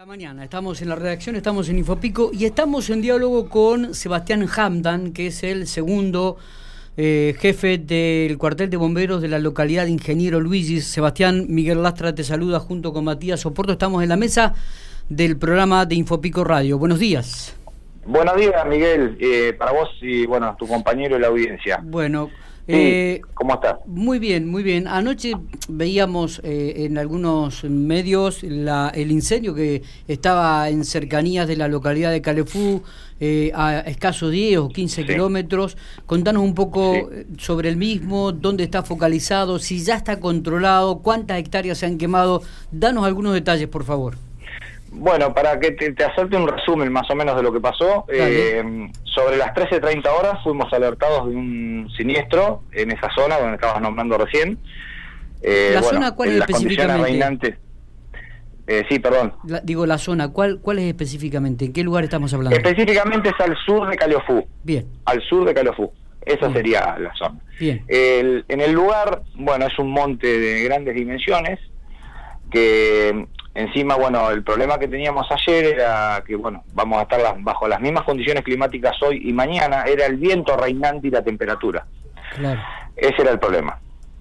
Mañana estamos en la redacción, estamos en Infopico y estamos en diálogo con Sebastián Hamdan, que es el segundo jefe del cuartel de bomberos de la localidad de Ingeniero Luisis. Sebastián, Miguel Lastra te saluda junto con Matías Soporto. Estamos en la mesa del programa de Infopico Radio. Buenos días. Buenos días, Miguel, para vos y bueno, tu compañero y la audiencia. Bueno, sí, ¿cómo estás? Muy bien, muy bien. Anoche veíamos en algunos medios el incendio que estaba en cercanías de la localidad de Calefú, a escasos 10 o 15 kilómetros. Contanos un poco sobre el mismo, dónde está focalizado, si ya está controlado, cuántas hectáreas se han quemado. Danos algunos detalles, por favor. Bueno, para que te hacerte un resumen más o menos de lo que pasó, sobre las 13:30 horas fuimos alertados de un siniestro en esa zona donde estabas nombrando recién. ¿La zona cuál es específicamente? Reinantes, sí, perdón. La zona, ¿cuál es específicamente? ¿En qué lugar estamos hablando? Específicamente es al sur de Calefú. Bien. Al sur de Calefú. Esa sería la zona. Bien. En el lugar, bueno, es un monte de grandes dimensiones que... Encima, bueno, el problema que teníamos ayer era que, bueno, vamos a estar bajo las mismas condiciones climáticas hoy y mañana, era el viento reinante y la temperatura. Claro. Ese era el problema.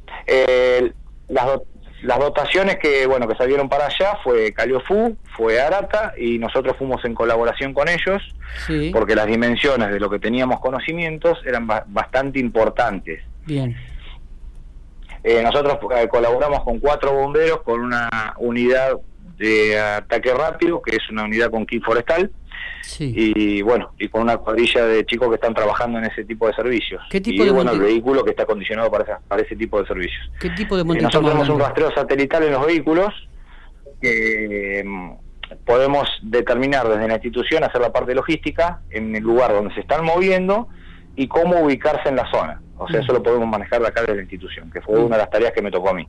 Las dotaciones que, bueno, que salieron para allá fue Calefú, fue Arata, y nosotros fuimos en colaboración con ellos, porque las dimensiones de lo que teníamos conocimientos eran bastante importantes. Bien. Nosotros colaboramos con 4 bomberos, con una unidad de ataque rápido, que es una unidad con kit forestal, y bueno, y con una cuadrilla de chicos que están trabajando en ese tipo de servicios. ¿Qué tipo y de bueno, el vehículo que está acondicionado para ese tipo de servicios. ¿Qué tipo de monte? Nosotros tenemos un rastreo satelital en los vehículos que podemos determinar desde la institución, hacer la parte logística en el lugar donde se están moviendo y cómo ubicarse en la zona. O sea, eso lo podemos manejar de acá desde la institución, que fue una de las tareas que me tocó a mí.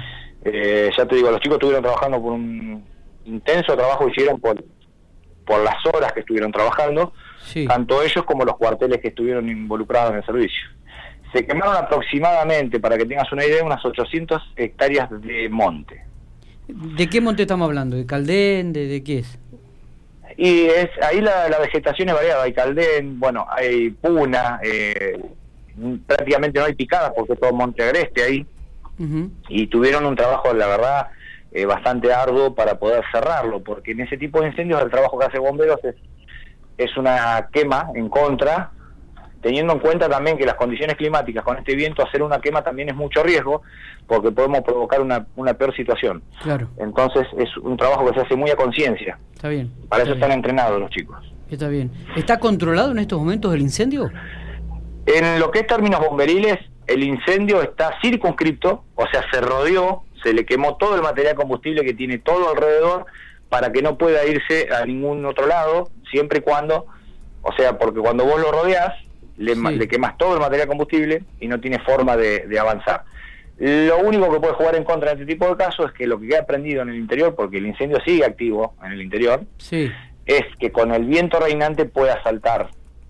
Ya te digo, los chicos estuvieron trabajando por un intenso trabajo, hicieron por las horas que estuvieron trabajando, tanto ellos como los cuarteles que estuvieron involucrados en el servicio. Se quemaron aproximadamente, para que tengas una idea, unas 800 hectáreas de monte. ¿De qué monte estamos hablando? ¿De Caldén? ¿De qué es? Y ahí la vegetación es variada, hay Caldén, bueno, hay Puna, prácticamente no hay picada porque es todo monte agreste ahí. Y tuvieron un trabajo, la verdad, bastante arduo para poder cerrarlo, porque en ese tipo de incendios el trabajo que hace bomberos es una quema en contra, teniendo en cuenta también que las condiciones climáticas con este viento, hacer una quema también es mucho riesgo, porque podemos provocar una peor situación. Claro. Entonces es un trabajo que se hace muy a conciencia. Está bien. Para eso están entrenados los chicos. Está bien. ¿Está controlado en estos momentos el incendio? En lo que es términos bomberiles, el incendio está circunscripto, o sea, se rodeó, se le quemó todo el material combustible que tiene todo alrededor para que no pueda irse a ningún otro lado, siempre y cuando, o sea, porque cuando vos lo rodeás, le quemas todo el material combustible y no tiene forma de avanzar. Lo único que puede jugar en contra de este tipo de casos es que lo que queda prendido en el interior, porque el incendio sigue activo en el interior, es que con el viento reinante pueda saltar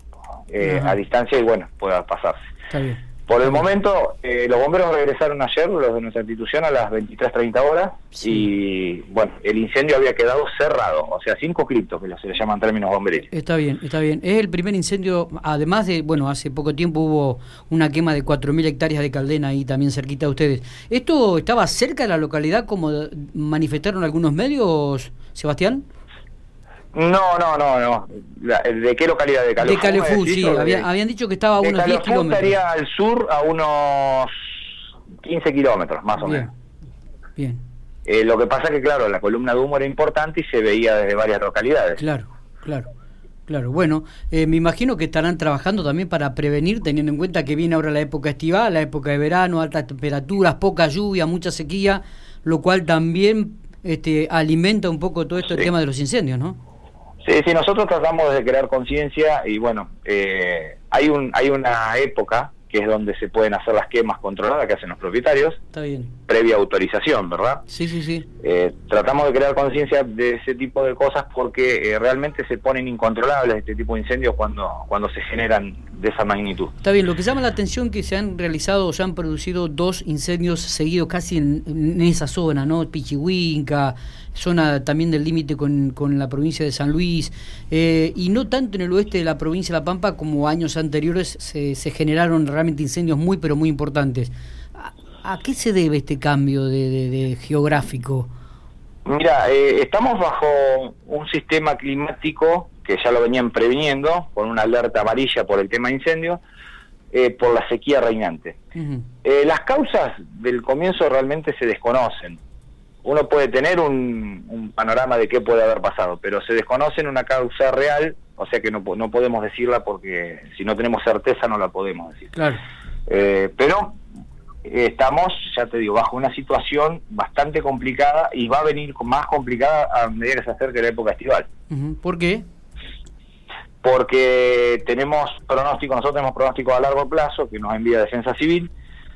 a distancia y bueno, pueda pasarse. Está bien. Por el momento, los bomberos regresaron ayer, los de nuestra institución, a las 23:30 horas, y bueno, el incendio había quedado cerrado, o sea, circunscripto, que se le llaman términos bomberiles. Está bien, está bien. Es el primer incendio, además de, bueno, hace poco tiempo hubo una quema de 4.000 hectáreas de Caldén ahí también cerquita de ustedes. ¿Esto estaba cerca de la localidad, como manifestaron algunos medios, Sebastián? No. ¿De qué localidad? ¿De Calefú? De Calefú, sí. Habían dicho que estaba a unos 10 kilómetros. Estaría al sur a unos 15 kilómetros, más o menos. Bien. Lo que pasa es que, claro, la columna de humo era importante y se veía desde varias localidades. Claro. Bueno, me imagino que estarán trabajando también para prevenir, teniendo en cuenta que viene ahora la época estival, la época de verano, altas temperaturas, poca lluvia, mucha sequía, lo cual también alimenta un poco todo esto, el tema de los incendios, ¿no? Sí, nosotros tratamos de crear conciencia y bueno, hay una época que es donde se pueden hacer las quemas controladas que hacen los propietarios. Está bien. previa autorización, ¿verdad? Sí, sí, sí. Tratamos de crear conciencia de ese tipo de cosas porque realmente se ponen incontrolables este tipo de incendios cuando se generan de esa magnitud. Está bien, lo que llama la atención que se han realizado, se han producido 2 incendios seguidos casi en esa zona, ¿no? Pichihuinca, zona también del límite con la provincia de San Luis, y no tanto en el oeste de la provincia de La Pampa como años anteriores se generaron realmente incendios muy pero muy importantes. ¿A qué se debe este cambio de geográfico? Mira, estamos bajo un sistema climático que ya lo venían previniendo, con una alerta amarilla por el tema de incendios, por la sequía reinante. Uh-huh. Las causas del comienzo realmente se desconocen. Uno puede tener un panorama de qué puede haber pasado, pero se desconocen una causa real, o sea que no podemos decirla porque si no tenemos certeza no la podemos decir. Claro. Pero estamos, ya te digo, bajo una situación bastante complicada y va a venir más complicada a medida que se acerque la época estival. Uh-huh. ¿Por qué? Porque nosotros tenemos pronóstico a largo plazo que nos envía Defensa Civil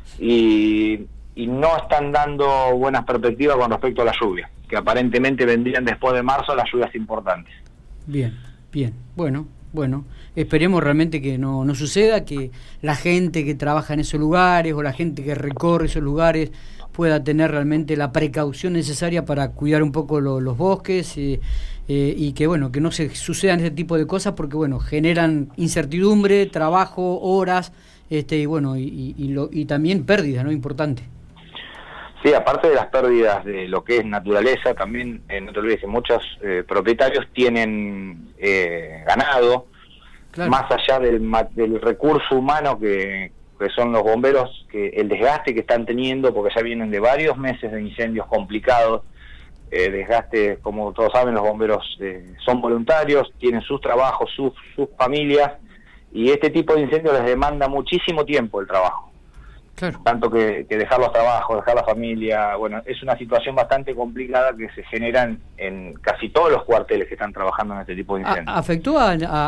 y no están dando buenas perspectivas con respecto a la lluvia, que aparentemente vendrían después de marzo las lluvias importantes. Bien, bien, bueno, esperemos realmente que no suceda, que la gente que trabaja en esos lugares o la gente que recorre esos lugares pueda tener realmente la precaución necesaria para cuidar un poco los bosques y que bueno, que no se sucedan ese tipo de cosas porque bueno, generan incertidumbre, trabajo, horas, y bueno, y también pérdidas, ¿no? Importante. Sí, aparte de las pérdidas de lo que es naturaleza, también no te olvides que muchos propietarios tienen ganado, claro. Más allá del recurso humano que son los bomberos, que el desgaste que están teniendo, porque ya vienen de varios meses de incendios complicados, desgaste, como todos saben, los bomberos son voluntarios, tienen sus trabajos, sus familias, y este tipo de incendios les demanda muchísimo tiempo el trabajo. Claro. Tanto que dejar los trabajos, dejar la familia, bueno, es una situación bastante complicada que se generan en casi todos los cuarteles que están trabajando en este tipo de incendios. ¿Afectó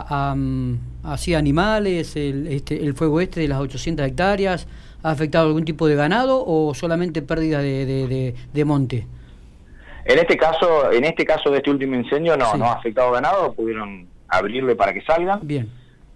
así animales, el fuego de las 800 hectáreas? ¿Ha afectado algún tipo de ganado o solamente pérdida de monte? En este caso de este último incendio no ha afectado ganado, pudieron abrirle para que salgan. Bien.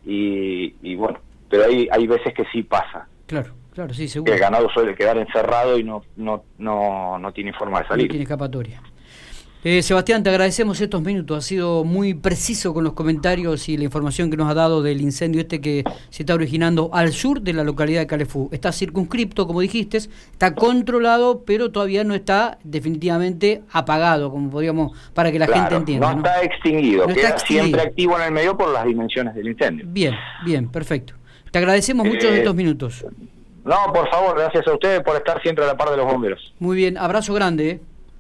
Y bueno, pero hay veces que sí pasa. Claro, sí, seguro. El ganado suele quedar encerrado y no tiene forma de salir. No tiene escapatoria. Sebastián, te agradecemos estos minutos. Ha sido muy preciso con los comentarios y la información que nos ha dado del incendio que se está originando al sur de la localidad de Calefú. Está circunscripto, como dijiste, está controlado, pero todavía no está definitivamente apagado, como podríamos, para que la gente entienda. No está extinguido, queda siempre activo en el medio por las dimensiones del incendio. Bien, perfecto. Te agradecemos mucho estos minutos. No, por favor, gracias a ustedes por estar siempre a la par de los bomberos. Muy bien, abrazo grande.